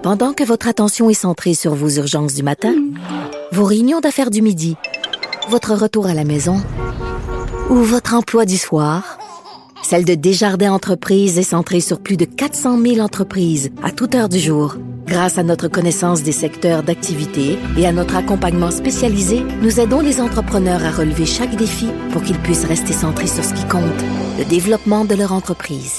Pendant que votre attention est centrée sur vos urgences du matin, vos réunions d'affaires du midi, votre retour à la maison ou votre emploi du soir, celle de Desjardins Entreprises est centrée sur plus de 400 000 entreprises à toute heure du jour. Grâce à notre connaissance des secteurs d'activité et à notre accompagnement spécialisé, nous aidons les entrepreneurs à relever chaque défi pour qu'ils puissent rester centrés sur ce qui compte, le développement de leur entreprise.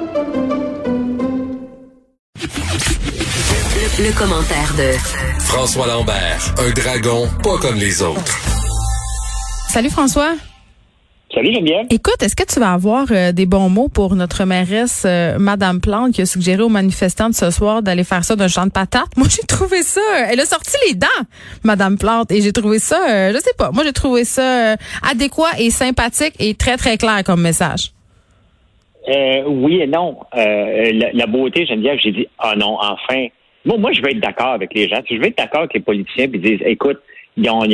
Le commentaire de François Lambert, un dragon pas comme les autres. Salut François. Salut Geneviève. Écoute, est-ce que tu vas avoir des bons mots pour notre mairesse Madame Plante qui a suggéré aux manifestants de ce soir d'aller faire ça d'un champ de patates? Moi, j'ai trouvé ça, elle a sorti les dents, Madame Plante, et j'ai trouvé ça, je sais pas, moi j'ai trouvé ça adéquat et sympathique et très très clair comme message. Oui et non. La beauté, Geneviève, j'ai dit, ah non, enfin. Moi, je vais être d'accord avec les gens. Je vais être d'accord avec les politiciens puis disent, écoute, faut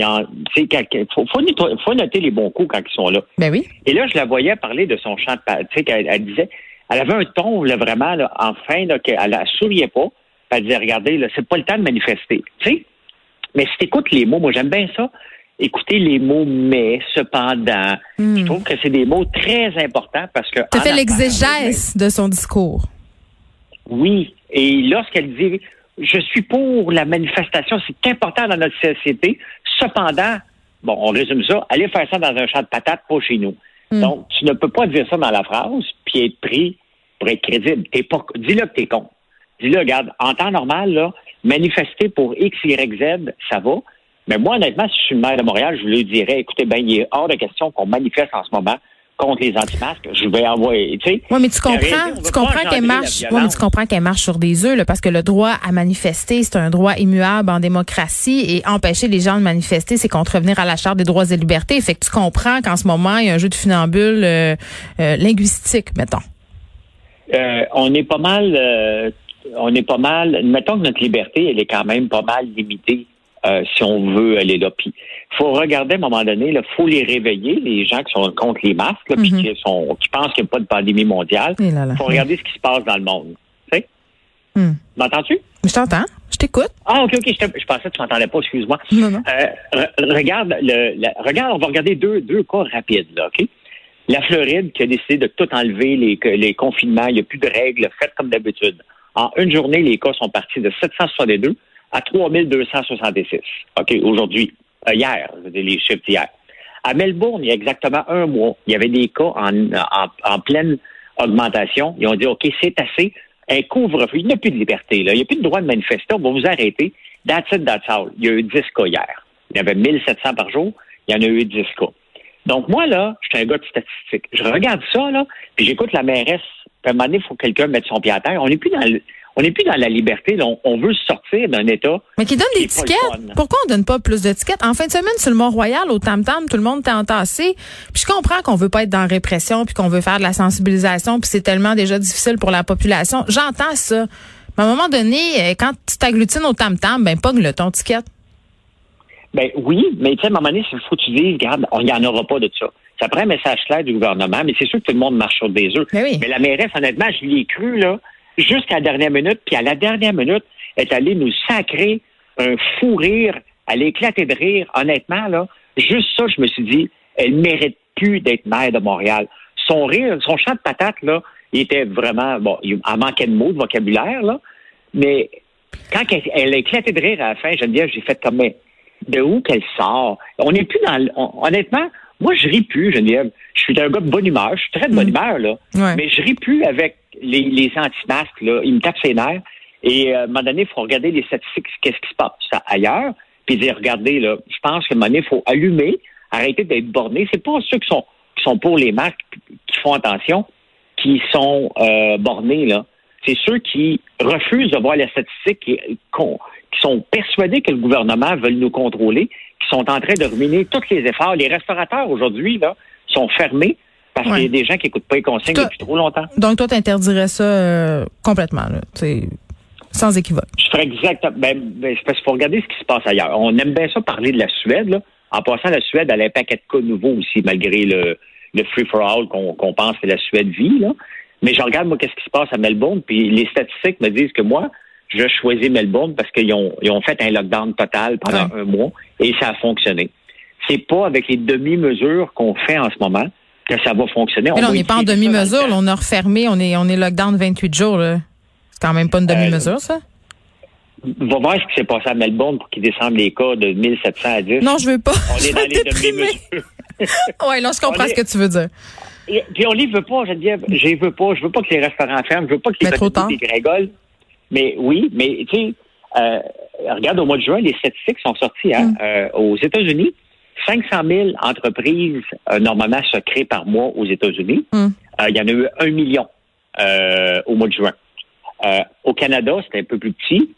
noter les bons coups quand ils sont là. Ben oui. Et là, je la voyais parler de son chant de patates. Tu sais, qu'elle disait, elle avait un ton, là, vraiment, là, enfin, là, qu'elle ne souriait pas. Elle disait, regardez, là, c'est pas le temps de manifester. Tu sais? Mais si t'écoutes les mots, moi, j'aime bien ça. Écoutez les mots, mais, cependant. Je trouve que c'est des mots très importants parce que. Tu fait l'exégèse de son discours. Oui. Et lorsqu'elle dit, je suis pour la manifestation, c'est important dans notre société. Cependant, bon, on résume ça, aller faire ça dans un champ de patates, pas chez nous. Donc, tu ne peux pas dire ça dans la phrase, puis être pris pour être crédible. Dis-le que t'es con. Dis-le, regarde, en temps normal, là, manifester pour X, Y, Z, ça va. Mais moi, honnêtement, si je suis le maire de Montréal, je lui dirais, écoutez, ben, il est hors de question qu'on manifeste en ce moment contre les anti-masques. Je vais envoyer, tu sais. Oui, mais tu comprends qu'elle marche. Oui, mais tu comprends qu'elle marche sur des œufs, là, parce que le droit à manifester, c'est un droit immuable en démocratie, et empêcher les gens de manifester, c'est contrevenir à la Charte des droits et libertés. Fait que tu comprends qu'en ce moment, il y a un jeu de funambule linguistique, mettons. On est pas mal. Mettons que notre liberté, elle est quand même pas mal limitée. Si on veut aller là. Puis, faut regarder à un moment donné, il faut les réveiller, les gens qui sont contre les masques, là, puis qui pensent qu'il n'y a pas de pandémie mondiale. Il faut regarder ce qui se passe dans le monde. Tu sais? M'entends-tu? Je t'entends. Je t'écoute. Ah, OK. Je pensais que tu m'entendais pas, excuse-moi. Non. Regarde, on va regarder deux cas rapides, là, OK? La Floride qui a décidé de tout enlever, les confinements, il n'y a plus de règles, faites comme d'habitude. En une journée, les cas sont partis de 762 à 3266. OK, aujourd'hui. Hier, les chiffres d'hier. À Melbourne, il y a exactement un mois, il y avait des cas en pleine augmentation. Ils ont dit, OK, c'est assez. Un couvre-feu. Il n'y a plus de liberté, là. Il n'y a plus de droit de manifester. On va vous arrêter. That's it, that's all. Il y a eu 10 cas hier. Il y avait 1700 par jour. Il y en a eu 10 cas. Donc, moi, là, je suis un gars de statistique. Je regarde ça, là, puis j'écoute la mairesse. Puis à un moment donné, il faut que quelqu'un mette son pied à terre. On n'est plus dans la liberté. Là. On veut sortir d'un État. Mais qui donne des tickets. Pourquoi on donne pas plus de tickets? En fin de semaine, sur le Mont-Royal, au Tam-Tam, tout le monde était entassé. Puis je comprends qu'on veut pas être dans la répression, puis qu'on veut faire de la sensibilisation, puis c'est tellement déjà difficile pour la population. J'entends ça. Mais à un moment donné, quand tu t'agglutines au Tam-Tam, ben pogne-le ton ticket. Ben oui, mais tu sais, à un moment donné, il faut que tu dises, regarde, il n'y en aura pas de ça. Ça prend un message clair du gouvernement, mais c'est sûr que tout le monde marche sur des œufs. Oui. Mais la mairesse, honnêtement, je l'y ai cru, là, jusqu'à la dernière minute, puis à la dernière minute, elle est allée nous sacrer un fou rire, elle a éclaté de rire, honnêtement, là. Juste ça, je me suis dit, elle mérite plus d'être maire de Montréal. Son rire, son chant de patate, là, il était vraiment, bon, il manquait de mots, de vocabulaire, là, mais quand elle a éclaté de rire à la fin, Geneviève, j'ai fait comme, mais de où qu'elle sort? On n'est plus dans honnêtement, moi, je ris plus, Geneviève. Je suis un gars de bonne humeur. Je suis très de bonne humeur, là. Ouais. Mais je ris plus avec les anti-masques, là. Ils me tapent ses nerfs. Et à un moment donné, il faut regarder les statistiques, qu'est-ce qui se passe ailleurs. Puis dire, regardez, là, je pense qu'à un moment donné, il faut allumer, arrêter d'être borné. C'est pas ceux qui sont pour les marques, qui font attention, qui sont bornés, là. C'est ceux qui refusent de voir les statistiques, qui sont persuadés que le gouvernement veut nous contrôler, qui sont en train de ruiner tous les efforts. Les restaurateurs, aujourd'hui, là, sont fermés parce qu'il y a des gens qui n'écoutent pas les consignes depuis trop longtemps. Donc, toi, tu interdirais ça complètement, là, sans équivoque. Je ferais exactement. Ben, c'est parce qu'il faut regarder ce qui se passe ailleurs. On aime bien ça parler de la Suède, là. En passant, la Suède, elle a un paquet de cas nouveaux aussi, malgré le free-for-all qu'on pense que la Suède vit, là. Mais je regarde, moi, qu'est-ce qui se passe à Melbourne, puis les statistiques me disent que moi, je choisis Melbourne parce qu'ils ont fait un lockdown total pendant un mois et ça a fonctionné. C'est pas avec les demi-mesures qu'on fait en ce moment que ça va fonctionner. Mais là, on n'est pas en demi-mesure. Là, on a refermé. On est lockdown 28 jours. Là. C'est quand même pas une demi-mesure, ça? Va voir ce qui s'est passé à Melbourne pour qu'ils descendent les cas de 1700 à 10. Non, je veux pas. On est dans les demi-mesures. Oui, là, je comprends ce que tu veux dire. Puis on les veut pas, Geneviève. Je veux pas que les restaurants ferment. Je veux pas que les hôtels des gringoles. Mais oui, mais tu sais, regarde, au mois de juin, les statistiques sont sorties. Aux États-Unis, 500 000 entreprises normalement se créent par mois aux États-Unis. Il y en a eu 1 million au mois de juin. Au Canada, c'est un peu plus petit.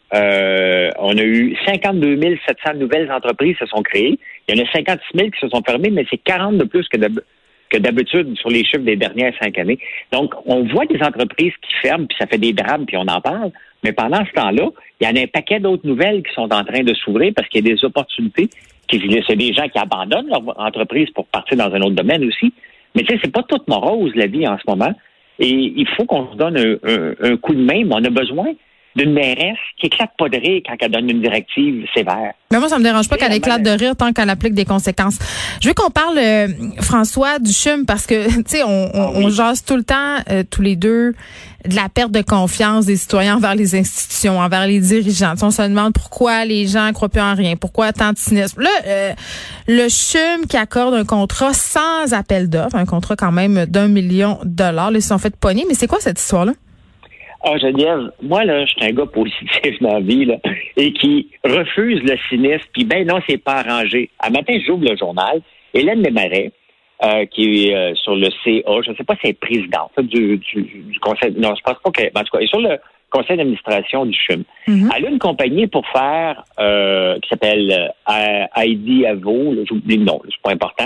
On a eu 52 700 nouvelles entreprises qui se sont créées. Il y en a 56 000 qui se sont fermées, mais c'est 40 de plus que d'habitude sur les chiffres des dernières 5 années. Donc, on voit des entreprises qui ferment, puis ça fait des drames, puis on en parle. Mais pendant ce temps-là, il y en a un paquet d'autres nouvelles qui sont en train de s'ouvrir parce qu'il y a des opportunités. C'est des gens qui abandonnent leur entreprise pour partir dans un autre domaine aussi. Mais tu sais, c'est pas toute morose, la vie, en ce moment. Et il faut qu'on se donne un coup de main, mais on a besoin d'une mairesse qui éclate pas de rire quand elle donne une directive sévère. Mais moi, ça me dérange pas qu'elle éclate de rire tant qu'elle applique des conséquences. Je veux qu'on parle, François, du CHUM, parce que, tu sais, on jase tout le temps, tous les deux, de la perte de confiance des citoyens envers les institutions, envers les dirigeants. T'sais, on se demande pourquoi les gens croient plus en rien, pourquoi tant de cynisme. Là, le CHUM qui accorde un contrat sans appel d'offres, un contrat quand même d'1 million $, là, ils se sont fait pogner. Mais c'est quoi cette histoire-là? Ah, Geneviève, moi, là, je suis un gars positif dans la vie, là, et qui refuse le cynisme, puis ben non, c'est pas arrangé. Un matin, j'ouvre le journal, Hélène Desmarais, qui est sur le CA, je ne sais pas si elle est présidente du conseil, non, je pense pas qu'elle, en tout cas, elle est sur le conseil d'administration du CHUM. Elle a une compagnie pour faire, qui s'appelle Heidi Avo, j'oublie le nom, c'est pas important.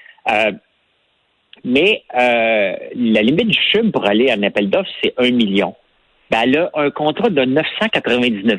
Mais la limite du CHUM pour aller à un appel d'offres, c'est 1 million. Ben, elle a un contrat de 999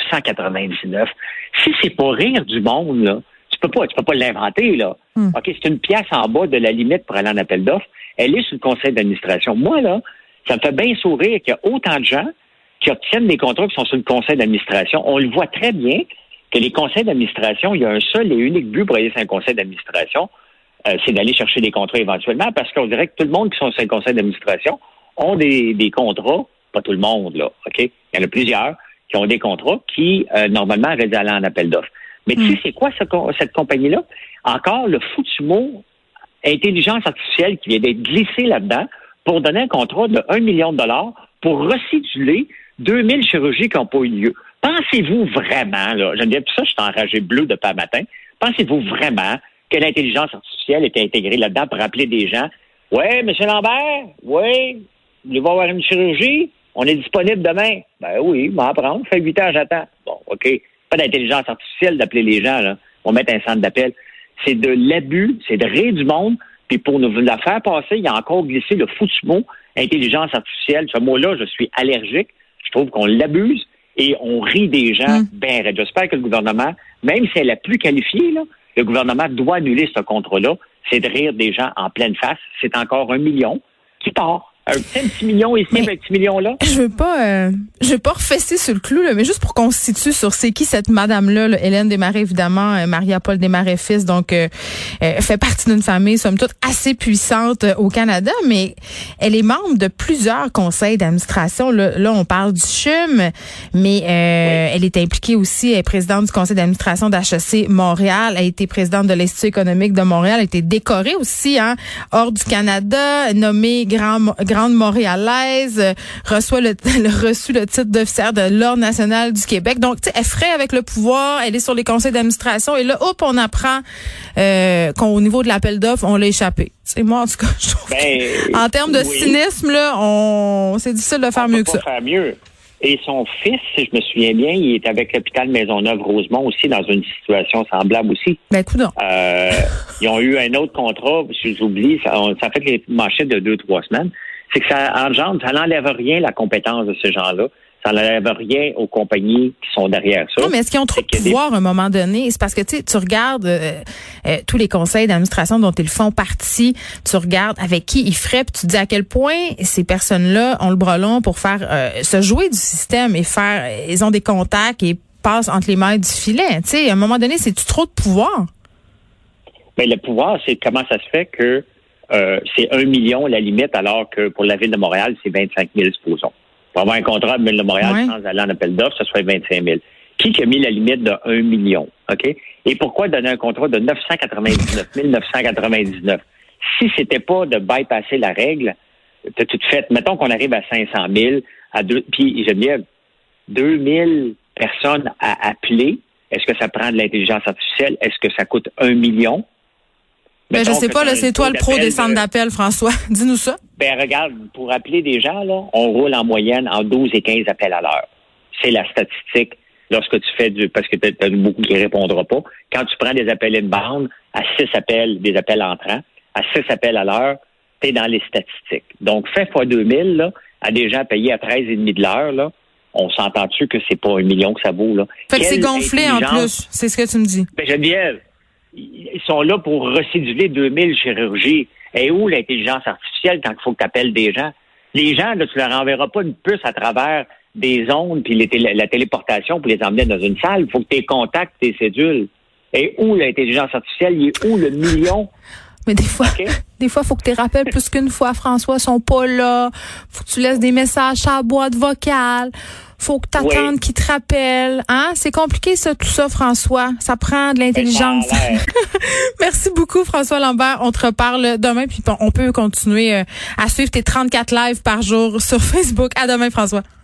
999. Si c'est pour rire du monde, là, tu peux pas l'inventer, là. OK, c'est une pièce en bas de la limite pour aller en appel d'offres. Elle est sur le conseil d'administration. Moi, là, ça me fait bien sourire qu'il y a autant de gens qui obtiennent des contrats qui sont sur le conseil d'administration. On le voit très bien que les conseils d'administration, il y a un seul et unique but pour aller sur un conseil d'administration, c'est d'aller chercher des contrats éventuellement, parce qu'on dirait que tout le monde qui sont sur le conseil d'administration ont des contrats. Pas tout le monde, là, OK? Il y en a plusieurs qui ont des contrats qui, normalement, avaient aller en appel d'offres. Mais tu sais, c'est quoi cette compagnie-là? Encore le foutu mot intelligence artificielle qui vient d'être glissé là-dedans pour donner un contrat de 1 million $ pour reciduler 2000 chirurgies qui n'ont pas eu lieu. Pensez-vous vraiment, là, je dis tout ça, je suis enragé bleu depuis un matin, pensez-vous vraiment que l'intelligence artificielle était intégrée là-dedans pour appeler des gens? Ouais, M. Lambert, oui, vous voulez avoir une chirurgie? On est disponible demain. Ben oui, m'en prendre. Ça fait 8 heures, j'attends. Bon, OK. Pas d'intelligence artificielle d'appeler les gens, là. On met un centre d'appel. C'est de l'abus, c'est de rire du monde. Puis pour nous la faire passer, il y a encore glissé le foutu mot intelligence artificielle. Ce mot-là, je suis allergique. Je trouve qu'on l'abuse et on rit des gens bien raides. J'espère que le gouvernement, même si elle est la plus qualifiée, là, le gouvernement doit annuler ce contrat-là. C'est de rire des gens en pleine face. C'est encore 1 million qui part. Un petit million ici, un petit million-là. Je veux pas refesser sur le clou, là, mais juste pour qu'on se situe sur c'est qui cette madame-là, là, Hélène Desmarais, évidemment, Maria-Paul Desmarais-Fils, donc fait partie d'une famille, somme toute, assez puissante au Canada, mais elle est membre de plusieurs conseils d'administration. Là on parle du CHUM, mais elle est impliquée aussi, elle est présidente du conseil d'administration d'HEC Montréal, elle a été présidente de l'Institut économique de Montréal, elle a été décorée aussi, hors du Canada, nommée grande montréalaise, reçu le titre d'officière de l'Ordre national du Québec. Donc, tu sais, elle ferait avec le pouvoir, elle est sur les conseils d'administration et là, hop, on apprend qu'au niveau de l'appel d'offres, on l'a échappé. C'est moi, en tout cas, je trouve en termes de cynisme, là, c'est difficile de faire mieux que ça. Faire mieux. Et son fils, si je me souviens bien, il est avec l'hôpital Maisonneuve-Rosemont aussi, dans une situation semblable aussi. Ben, coudonc. Ils ont eu un autre contrat, si j'oublie, ça fait les manchettes de 2-3 semaines. C'est que ça engendre, ça n'enlève rien la compétence de ces gens-là. Ça n'enlève rien aux compagnies qui sont derrière ça. Non, mais est-ce qu'ils ont trop de pouvoir à un moment donné? C'est parce que tu regardes tous les conseils d'administration dont ils font partie, tu regardes avec qui ils feraient, puis tu te dis à quel point ces personnes-là ont le bras long pour faire se jouer du système et ils ont des contacts et passent entre les mailles du filet. Tu sais, à un moment donné, c'est-tu trop de pouvoir? Mais le pouvoir, c'est comment ça se fait que c'est 1 million la limite, alors que pour la Ville de Montréal, c'est 25 000, supposons. Pour avoir un contrat de Ville de Montréal sans aller en appel d'offres, ce serait 25 000. Qui a mis la limite de 1 million? OK? Et pourquoi donner un contrat de 999 999? Si c'était pas de bypasser la règle, t'as tout fait. Mettons qu'on arrive à 500 000, puis j'aime bien 2000 personnes à appeler. Est-ce que ça prend de l'intelligence artificielle? Est-ce que ça coûte 1 million? Ben, je sais pas, là, c'est toi le pro des centres d'appel, François. Dis-nous ça. Ben, regarde, pour appeler des gens, là, on roule en moyenne en 12 et 15 appels à l'heure. C'est la statistique lorsque tu fais parce que t'as beaucoup qui répondront pas. Quand tu prends des appels inbound à 6 appels, des appels entrants, à 6 appels à l'heure, t'es dans les statistiques. Donc, fais fois 2000, là, à des gens payés à 13,5 de l'heure, là, on s'entend-tu que c'est pas 1 million que ça vaut, là? Fait que c'est gonflé en plus. C'est ce que tu me dis. Ben, Geneviève, ils sont là pour recidiver 2000 chirurgies. Et où l'intelligence artificielle quand il faut que tu appelles des gens? Les gens, là, tu leur enverras pas une puce à travers des ondes puis la téléportation pour les emmener dans une salle. Il faut que tu contactes tes cédules. Et où l'intelligence artificielle? Il est où le million? Mais des fois, faut que tu les rappelles plus qu'une fois, François, ils sont pas là. Faut que tu laisses des messages sur la boîte vocale. Faut que tu attendes qu'ils te rappellent. Hein? C'est compliqué, ça, tout ça, François. Ça prend de l'intelligence. Merci beaucoup, François Lambert. On te reparle demain, puis on peut continuer à suivre tes 34 lives par jour sur Facebook. À demain, François.